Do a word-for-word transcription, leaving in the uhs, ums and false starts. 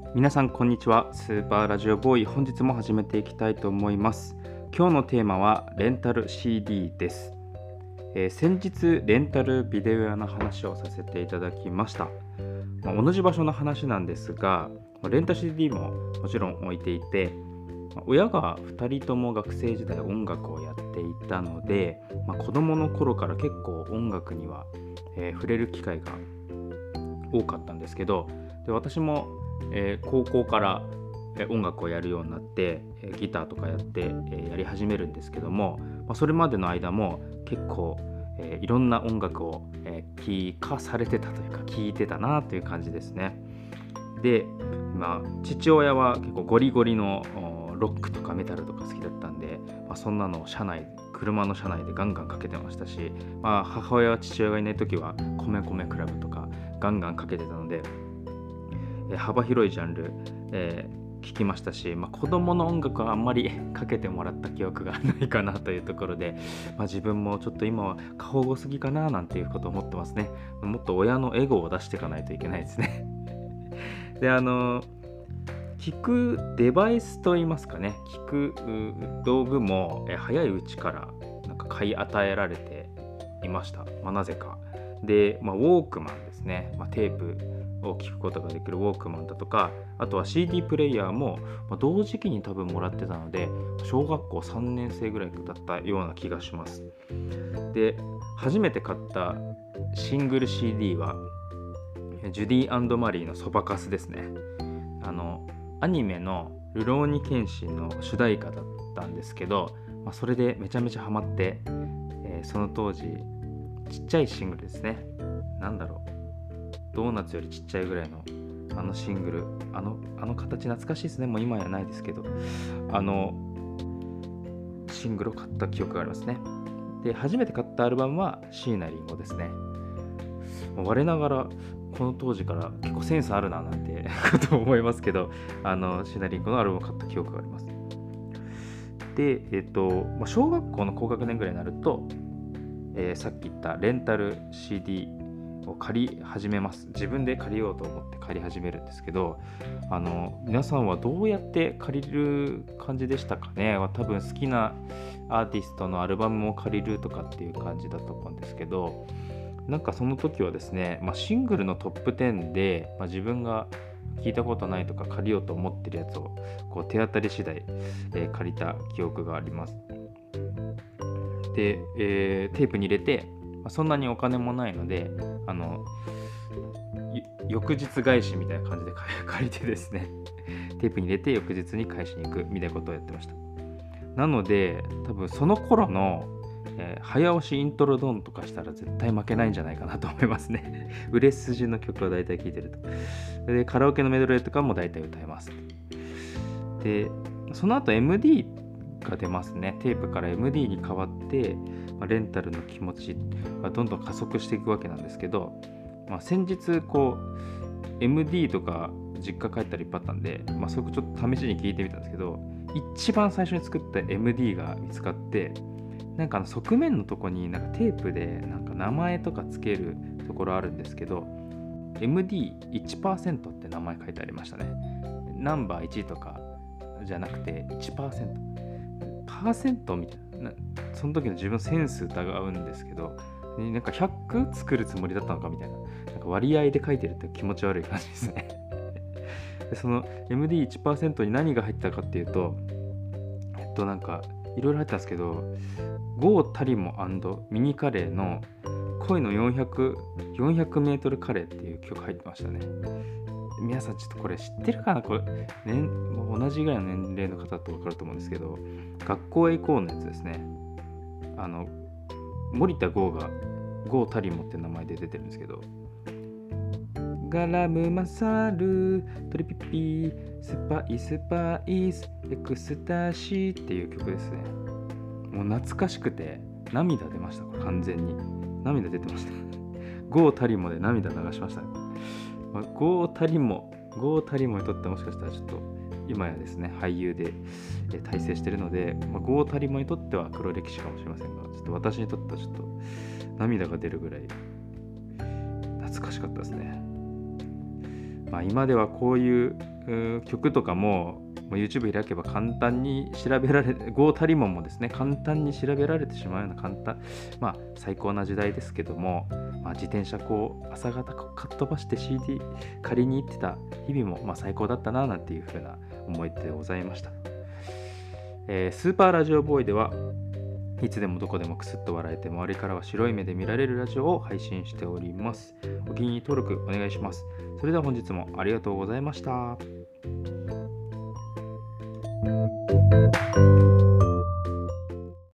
皆さんこんにちは。スーパーラジオボーイ、本日も始めていきたいと思います。今日のテーマはレンタル シーディー です。えー、先日レンタルビデオ屋の話をさせていただきました。まあ、同じ場所の話なんですが、レンタル シーディー ももちろん置いていて、まあ、親がふたりとも学生時代音楽をやっていたので、まあ、子供の頃から結構音楽には、えー、触れる機会が多かったんですけど、で私もえー、高校から、えー、音楽をやるようになって、えー、ギターとかやって、えー、やり始めるんですけども、まあ、それまでの間も結構、えー、いろんな音楽を、えー、聴かされてたというか聴いてたなという感じですね。で、まあ、父親は結構ゴリゴリのロックとかメタルとか好きだったんで、まあ、そんなのを車内車の車内でガンガンかけてましたし、まあ、母親は父親がいない時は米米クラブとかガンガンかけてたので、幅広いジャンル、えー、聞きましたし、まあ、子供の音楽はあんまりかけてもらった記憶がないかなというところで、まあ、自分もちょっと今は過保護すぎかななんていうことを思ってますね。もっと親のエゴを出していかないといけないですね。で、あの聞くデバイスといいますかね、聞く道具も、えー、早いうちからなんか買い与えられていました。まあ、なぜかで、まあ、ウォークマンですね、まあ、テープを聞くことができるウォークマンだとか、あとは シーディー プレイヤーも、まあ、同時期に多分もらってたので、小学校さんねん生ぐらいだったような気がします。で、初めて買ったシングル シーディー はジュディ&マリーのそばかすですね。あのアニメのルローニケンシンの主題歌だったんですけど、まあ、それでめちゃめちゃハマって、えー、その当時ちっちゃいシングルですね。なんだろう、ドーナツよりちっちゃいぐらいのあのシングル、あのあの形懐かしいですね。もう今やないですけど、あのシングルを買った記憶がありますね。で、初めて買ったアルバムは椎名林檎ですね。我ながらこの当時から結構センスあるななんてことを思いますけど、あの椎名林檎のアルバムを買った記憶があります。で、えっとまあ、小学校の高学年ぐらいになると、えー、さっき言ったレンタル シーディー を借り始めます。自分で借りようと思って借り始めるんですけど、あの皆さんはどうやって借りる感じでしたかね。多分好きなアーティストのアルバムを借りるとかっていう感じだと思うんですけど、なんかその時はですね、まあ、シングルのトップじゅうで、まあ、自分が聞いたことないとか借りようと思ってるやつをこう手当たり次第、えー、借りた記憶があります。で、えー、テープに入れて、そんなにお金もないので、あの翌日返しみたいな感じで借りてですね、テープに入れて翌日に返しに行くみたいなことをやってました。なので多分その頃の、えー、早押しイントロドンとかしたら絶対負けないんじゃないかなと思いますね。売れ筋の曲は大体聴いてると。で、カラオケのメドレーとかも大体歌えます。で、その後 エムディーが出ますね。テープから エムディー に変わって、まあ、レンタルの気持ちがどんどん加速していくわけなんですけど、まあ、先日こう エムディー とか実家帰ったらいっぱいあったんで、まあ、それちょっと試しに聞いてみたんですけど、一番最初に作った エムディー が見つかって、なんかあの側面のとこになんかテープでなんか名前とかつけるところあるんですけど、 エムディーいちパーセント って名前書いてありましたね。ナンバーいちとかじゃなくて いちパーセント、パーセントみたいな、その時の自分センス疑うんですけど、なんかひゃく作るつもりだったのかみたいな、なんか割合で書いてるって気持ち悪い感じですね。で、その エムディーいちパーセント に何が入ったかっていうと、えっとなんかいろいろ入ったんですけど、ゴータリモ&ミニカレーの恋のよんひゃく、よんひゃくメートルカレーっていう曲入ってましたね。皆さんちょっとこれ知ってるかな、これ、ね、同じぐらいの年齢の方だと分かると思うんですけど、学校へ行こうのやつですね。あの森田剛がゴータリモって名前で出てるんですけど、ガラムマサルトリピピスパイスパイスエクスタシーっていう曲ですね。もう懐かしくて涙出ました。これ完全に涙出てました。ゴータリモで涙流しましたね。まあ、ゴータリモゴータリモにとってもしかしたらちょっと今やですね俳優で大成しているので、まあ、ゴータリモにとっては黒歴史かもしれませんが、ちょっと私にとってはちょっと涙が出るぐらい懐かしかったですね。 まあ、今ではこういうう曲とかももう YouTube 開けば簡単に調べられ、ゴータリモンもですね、簡単に調べられてしまうような簡単、まあ最高な時代ですけども、まあ、自転車こう朝方かっ飛ばして シーディー 借りに行ってた日々もまあ最高だったななんていう風な思い出でございました。えースーパーラジオボーイではいつでもどこでもくすっと笑えて周りからは白い目で見られるラジオを配信しております。お気に入り登録お願いします。それでは本日もありがとうございました。